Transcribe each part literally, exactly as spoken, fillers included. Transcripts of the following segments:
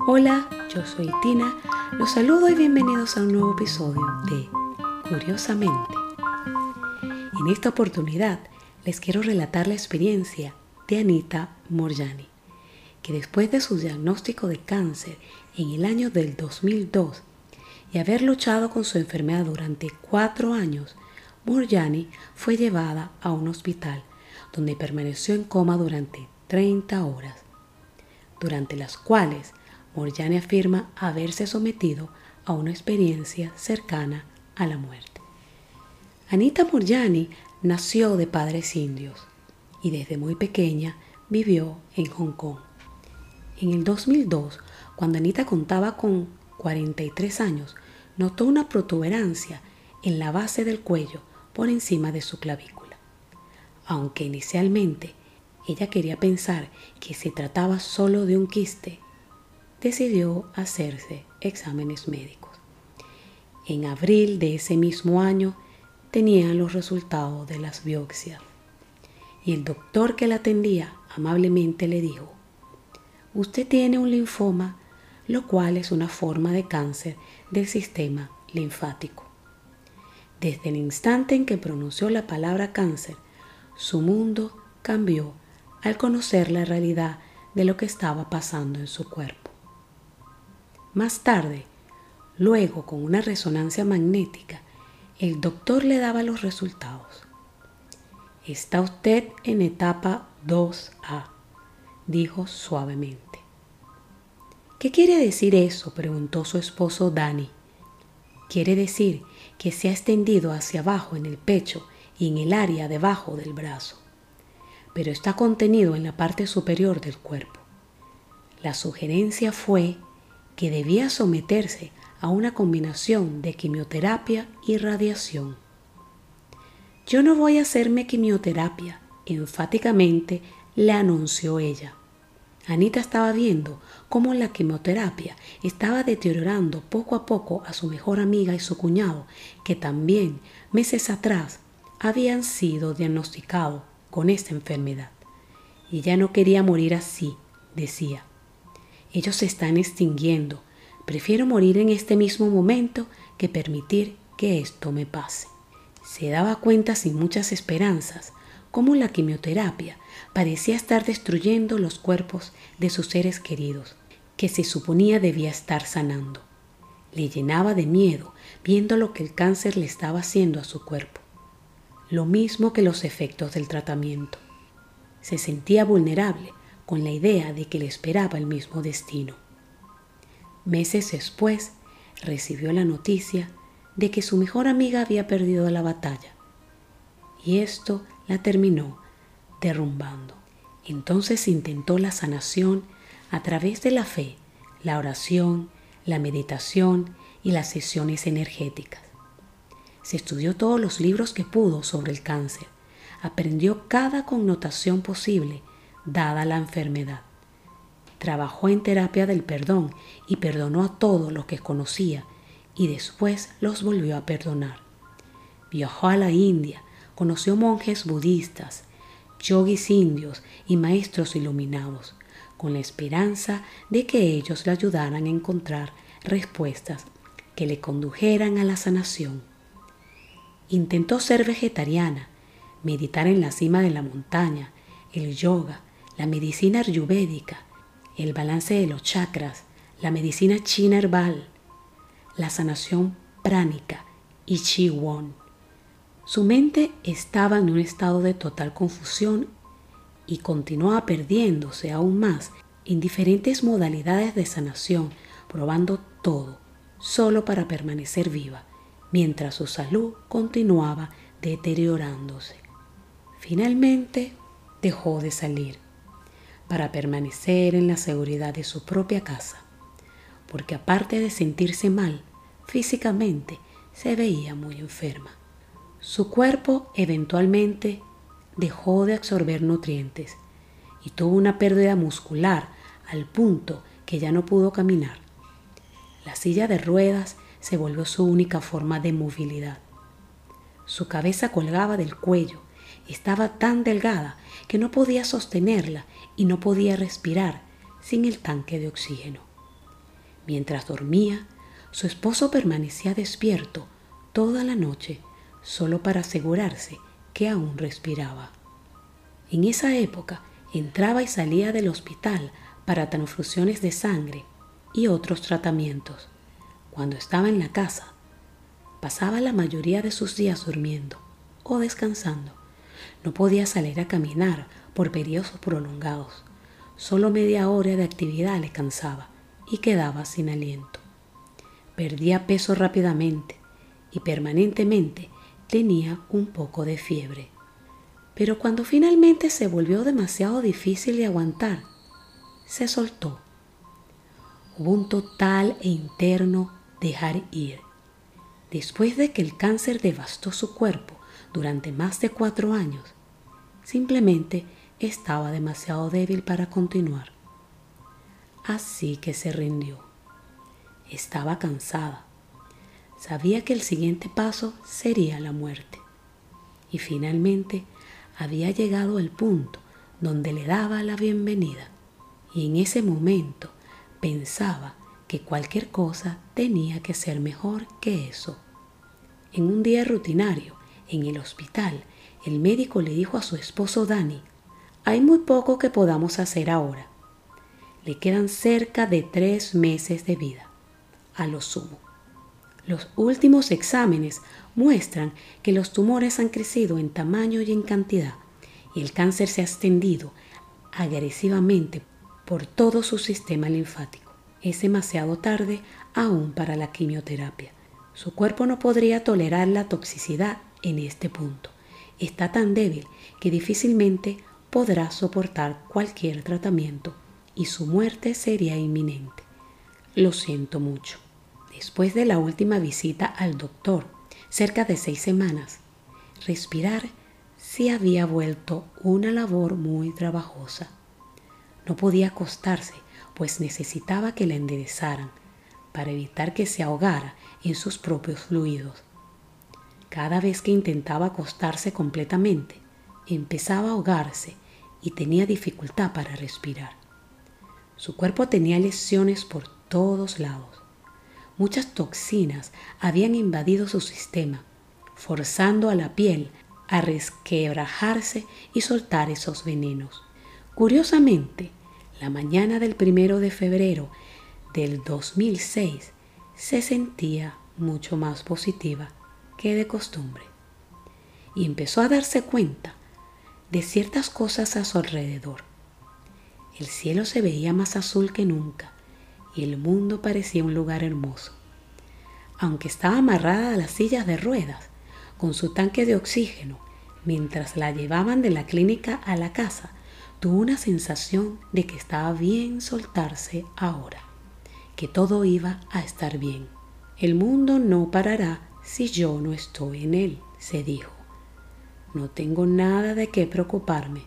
Hola, yo soy Tina, los saludo y bienvenidos a un nuevo episodio de Curiosamente. En esta oportunidad les quiero relatar la experiencia de Anita Moorjani, que después de su diagnóstico de cáncer en el año del dos mil dos y haber luchado con su enfermedad durante cuatro años, Moorjani fue llevada a un hospital donde permaneció en coma durante treinta horas, durante las cuales Moorjani afirma haberse sometido a una experiencia cercana a la muerte. Anita Moorjani nació de padres indios y desde muy pequeña vivió en Hong Kong. En el dos mil dos, cuando Anita contaba con cuarenta y tres años, notó una protuberancia en la base del cuello por encima de su clavícula. Aunque inicialmente ella quería pensar que se trataba solo de un quiste, decidió hacerse exámenes médicos. En abril de ese mismo año tenían los resultados de las biopsias y el doctor que la atendía amablemente le dijo: usted tiene un linfoma, lo cual es una forma de cáncer del sistema linfático. Desde el instante en que pronunció la palabra cáncer, su mundo cambió al conocer la realidad de lo que estaba pasando en su cuerpo. Más tarde, luego con una resonancia magnética, el doctor le daba los resultados. Está usted en etapa dos A, dijo suavemente. ¿Qué quiere decir eso?, preguntó su esposo Danny. Quiere decir que se ha extendido hacia abajo en el pecho y en el área debajo del brazo, pero está contenido en la parte superior del cuerpo. La sugerencia fue que debía someterse a una combinación de quimioterapia y radiación. Yo no voy a hacerme quimioterapia, enfáticamente le anunció ella. Anita estaba viendo cómo la quimioterapia estaba deteriorando poco a poco a su mejor amiga y su cuñado, que también meses atrás habían sido diagnosticados con esta enfermedad. Y ella no quería morir así, decía. Ellos se están extinguiendo. Prefiero morir en este mismo momento que permitir que esto me pase. Se daba cuenta sin muchas esperanzas cómo la quimioterapia parecía estar destruyendo los cuerpos de sus seres queridos, que se suponía debía estar sanando. Le llenaba de miedo viendo lo que el cáncer le estaba haciendo a su cuerpo, lo mismo que los efectos del tratamiento. Se sentía vulnerable con la idea de que le esperaba el mismo destino. Meses después, recibió la noticia de que su mejor amiga había perdido la batalla, y esto la terminó derrumbando. Entonces intentó la sanación a través de la fe, la oración, la meditación y las sesiones energéticas. Se estudió todos los libros que pudo sobre el cáncer, aprendió cada connotación posible dada la enfermedad. Trabajó en terapia del perdón y perdonó a todos los que conocía y después los volvió a perdonar. Viajó a la India, conoció monjes budistas, yogis indios y maestros iluminados, con la esperanza de que ellos le ayudaran a encontrar respuestas que le condujeran a la sanación. Intentó ser vegetariana, meditar en la cima de la montaña, el yoga, la medicina ayurvédica, el balance de los chakras, la medicina china herbal, la sanación pránica y Qigong. Su mente estaba en un estado de total confusión y continuaba perdiéndose aún más en diferentes modalidades de sanación, probando todo, solo para permanecer viva, mientras su salud continuaba deteriorándose. Finalmente, dejó de salir para permanecer en la seguridad de su propia casa, porque aparte de sentirse mal físicamente, se veía muy enferma. Su cuerpo eventualmente dejó de absorber nutrientes y tuvo una pérdida muscular al punto que ya no pudo caminar. La silla de ruedas se volvió su única forma de movilidad. Su cabeza colgaba del cuello, estaba tan delgada que no podía sostenerla y no podía respirar sin el tanque de oxígeno. Mientras dormía, su esposo permanecía despierto toda la noche solo para asegurarse que aún respiraba. En esa época entraba y salía del hospital para transfusiones de sangre y otros tratamientos. Cuando estaba en la casa, pasaba la mayoría de sus días durmiendo o descansando. No podía salir a caminar por periodos prolongados. Solo media hora de actividad le cansaba y quedaba sin aliento. Perdía peso rápidamente y permanentemente tenía un poco de fiebre. Pero cuando finalmente se volvió demasiado difícil de aguantar, se soltó. Hubo un total e interno dejar ir. Después de que el cáncer devastó su cuerpo durante más de cuatro años, simplemente estaba demasiado débil para continuar. Así que se rindió. Estaba cansada. Sabía que el siguiente paso sería la muerte. Y finalmente había llegado el punto donde le daba la bienvenida. Y en ese momento pensaba que cualquier cosa tenía que ser mejor que eso. En un día rutinario, en el hospital, el médico le dijo a su esposo Danny: hay muy poco que podamos hacer ahora. Le quedan cerca de tres meses de vida, a lo sumo. Los últimos exámenes muestran que los tumores han crecido en tamaño y en cantidad, y el cáncer se ha extendido agresivamente por todo su sistema linfático. Es demasiado tarde aún para la quimioterapia. Su cuerpo no podría tolerar la toxicidad en este punto. Está tan débil que difícilmente podrá soportar cualquier tratamiento y su muerte sería inminente. Lo siento mucho. Después de la última visita al doctor, cerca de seis semanas, respirar se había vuelto una labor muy trabajosa. No podía acostarse, pues necesitaba que la enderezaran para evitar que se ahogara en sus propios fluidos. Cada vez que intentaba acostarse completamente, empezaba a ahogarse y tenía dificultad para respirar. Su cuerpo tenía lesiones por todos lados. Muchas toxinas habían invadido su sistema, forzando a la piel a resquebrajarse y soltar esos venenos. Curiosamente, la mañana del primero de febrero del dos mil seis se sentía mucho más positiva que de costumbre y empezó a darse cuenta de ciertas cosas a su alrededor. El cielo se veía más azul que nunca y el mundo parecía un lugar hermoso. Aunque estaba amarrada a las sillas de ruedas con su tanque de oxígeno mientras la llevaban de la clínica a la casa, tuvo una sensación de que estaba bien soltarse ahora, que todo iba a estar bien. El mundo no parará si yo no estoy en él, se dijo. No tengo nada de qué preocuparme.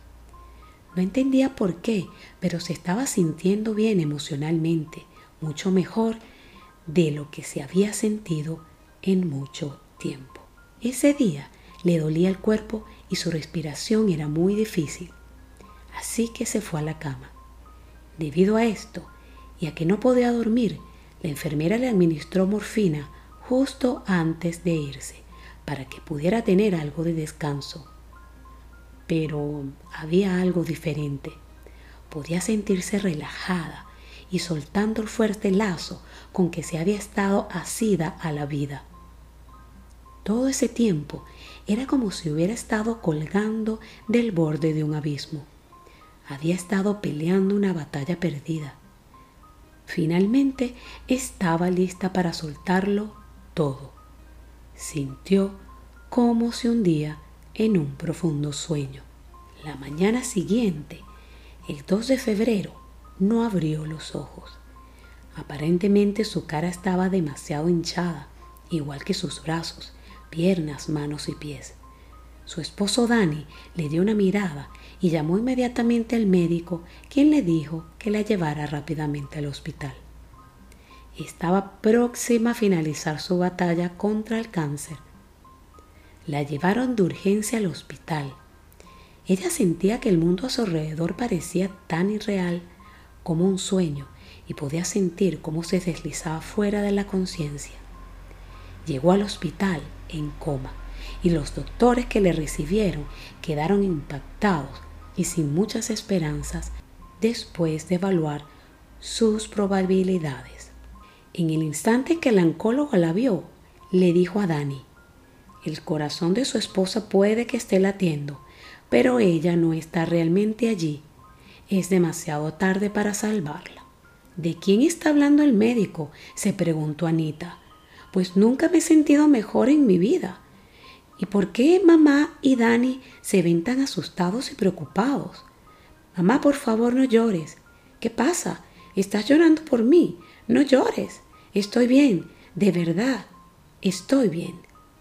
No entendía por qué, pero se estaba sintiendo bien emocionalmente, mucho mejor de lo que se había sentido en mucho tiempo. Ese día le dolía el cuerpo y su respiración era muy difícil, así que se fue a la cama. Debido a esto y a que no podía dormir, la enfermera le administró morfina justo antes de irse para que pudiera tener algo de descanso. Pero había algo diferente. Podía sentirse relajada y soltando el fuerte lazo con que se había estado asida a la vida. Todo ese tiempo era como si hubiera estado colgando del borde de un abismo. Había estado peleando una batalla perdida. Finalmente estaba lista para soltarlo todo. Sintió cómo se hundía en un profundo sueño. La mañana siguiente, el dos de febrero, no abrió los ojos. Aparentemente su cara estaba demasiado hinchada, igual que sus brazos, piernas, manos y pies. Su esposo Danny le dio una mirada y llamó inmediatamente al médico, quien le dijo que la llevara rápidamente al hospital. Estaba próxima a finalizar su batalla contra el cáncer. La llevaron de urgencia al hospital. Ella sentía que el mundo a su alrededor parecía tan irreal como un sueño y podía sentir cómo se deslizaba fuera de la conciencia. Llegó al hospital en coma y los doctores que le recibieron quedaron impactados y sin muchas esperanzas después de evaluar sus probabilidades. En el instante que el oncólogo la vio, le dijo a Dani: el corazón de su esposa puede que esté latiendo, pero ella no está realmente allí. Es demasiado tarde para salvarla. ¿De quién está hablando el médico?, se preguntó Anita. Pues nunca me he sentido mejor en mi vida. ¿Y por qué mamá y Dani se ven tan asustados y preocupados? Mamá, por favor, no llores. ¿Qué pasa? ¿Estás llorando por mí? No llores. Estoy bien. De verdad, estoy bien.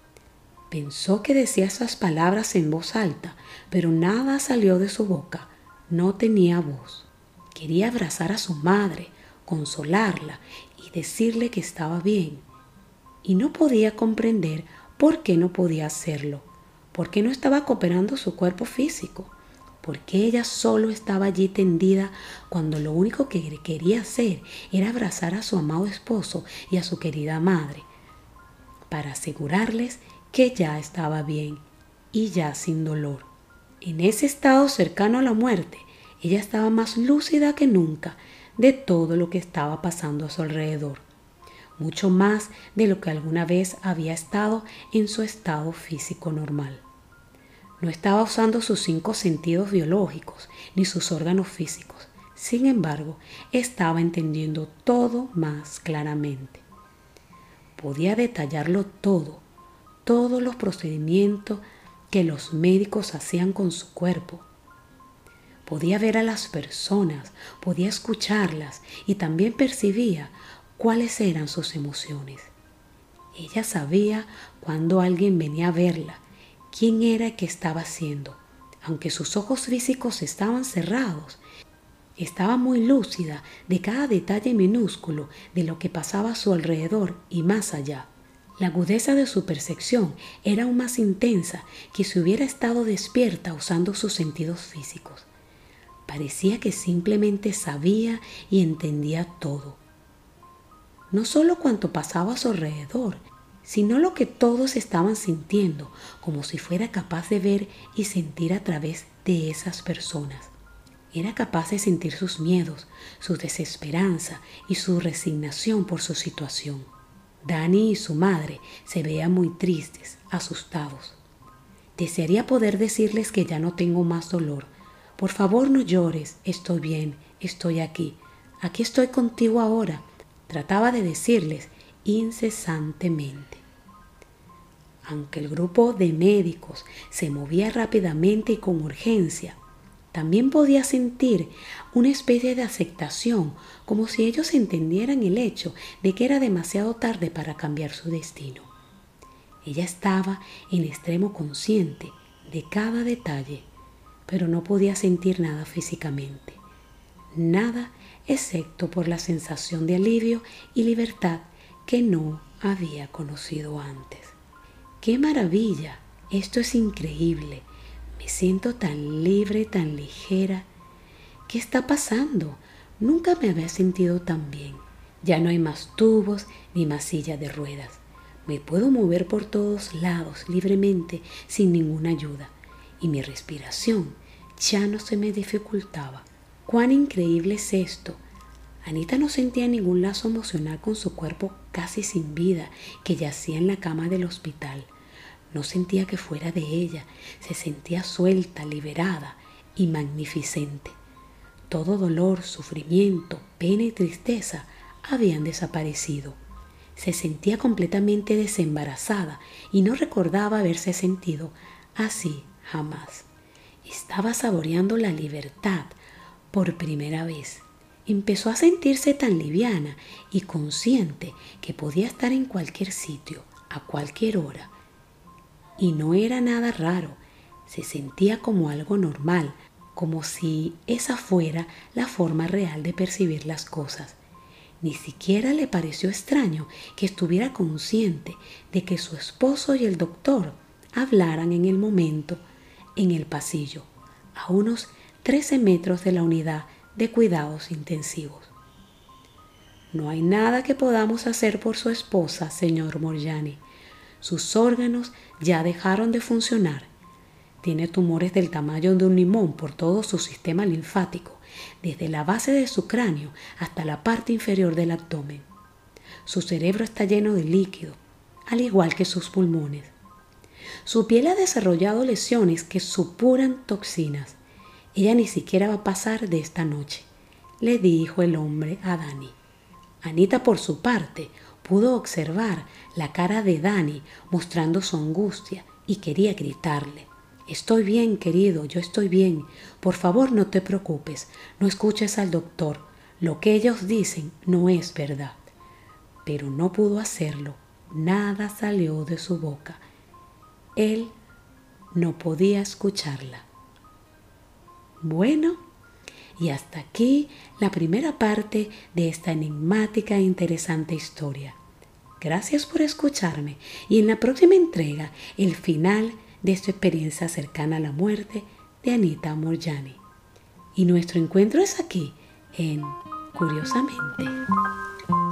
Pensó que decía esas palabras en voz alta, pero nada salió de su boca. No tenía voz. Quería abrazar a su madre, consolarla y decirle que estaba bien. Y no podía comprender por qué no podía hacerlo, por qué no estaba cooperando su cuerpo físico, por qué ella solo estaba allí tendida cuando lo único que quería hacer era abrazar a su amado esposo y a su querida madre, para asegurarles que ya estaba bien y ya sin dolor. En ese estado cercano a la muerte, ella estaba más lúcida que nunca de todo lo que estaba pasando a su alrededor, mucho más de lo que alguna vez había estado en su estado físico normal. No estaba usando sus cinco sentidos biológicos ni sus órganos físicos. Sin embargo, estaba entendiendo todo más claramente. Podía detallarlo todo, todos los procedimientos que los médicos hacían con su cuerpo. Podía ver a las personas, podía escucharlas y también percibía cuáles eran sus emociones. Ella sabía cuando alguien venía a verla, quién era y qué estaba haciendo. Aunque sus ojos físicos estaban cerrados, estaba muy lúcida de cada detalle minúsculo de lo que pasaba a su alrededor y más allá. La agudeza de su percepción era aún más intensa que si hubiera estado despierta usando sus sentidos físicos. Parecía que simplemente sabía y entendía todo. No solo cuanto pasaba a su alrededor, sino lo que todos estaban sintiendo, como si fuera capaz de ver y sentir a través de esas personas. Era capaz de sentir sus miedos, su desesperanza y su resignación por su situación. Dani y su madre se veían muy tristes, asustados. Desearía poder decirles que ya no tengo más dolor. Por favor, no llores, estoy bien, estoy aquí. Aquí estoy contigo ahora. Trataba de decirles incesantemente. Aunque el grupo de médicos se movía rápidamente y con urgencia, también podía sentir una especie de aceptación, como si ellos entendieran el hecho de que era demasiado tarde para cambiar su destino. Ella estaba en extremo consciente de cada detalle, pero no podía sentir nada físicamente. Nada excepto por la sensación de alivio y libertad que no había conocido antes. ¡Qué maravilla! Esto es increíble. Me siento tan libre, tan ligera. ¿Qué está pasando? Nunca me había sentido tan bien. Ya no hay más tubos ni más silla de ruedas. Me puedo mover por todos lados libremente sin ninguna ayuda. Y mi respiración ya no se me dificultaba. ¡Cuán increíble es esto! Anita no sentía ningún lazo emocional con su cuerpo casi sin vida que yacía en la cama del hospital. No sentía que fuera de ella, se sentía suelta, liberada y magnificente. Todo dolor, sufrimiento, pena y tristeza habían desaparecido. Se sentía completamente desembarazada y no recordaba haberse sentido así jamás. Estaba saboreando la libertad por primera vez. Empezó a sentirse tan liviana y consciente que podía estar en cualquier sitio, a cualquier hora. Y no era nada raro, se sentía como algo normal, como si esa fuera la forma real de percibir las cosas. Ni siquiera le pareció extraño que estuviera consciente de que su esposo y el doctor hablaran en el momento en el pasillo, a unos trece metros de la unidad de cuidados intensivos. No hay nada que podamos hacer por su esposa, señor Moorjani. Sus órganos ya dejaron de funcionar. Tiene tumores del tamaño de un limón por todo su sistema linfático, desde la base de su cráneo hasta la parte inferior del abdomen. Su cerebro está lleno de líquido, al igual que sus pulmones. Su piel ha desarrollado lesiones que supuran toxinas. Ella ni siquiera va a pasar de esta noche, le dijo el hombre a Danny. Anita, por su parte, pudo observar la cara de Danny mostrando su angustia y quería gritarle: «Estoy bien, querido, yo estoy bien. Por favor, no te preocupes, no escuches al doctor. Lo que ellos dicen no es verdad». Pero no pudo hacerlo. Nada salió de su boca. Él no podía escucharla. Bueno, y hasta aquí la primera parte de esta enigmática e interesante historia. Gracias por escucharme y en la próxima entrega el final de esta experiencia cercana a la muerte de Anita Moorjani. Y nuestro encuentro es aquí en Curiosamente.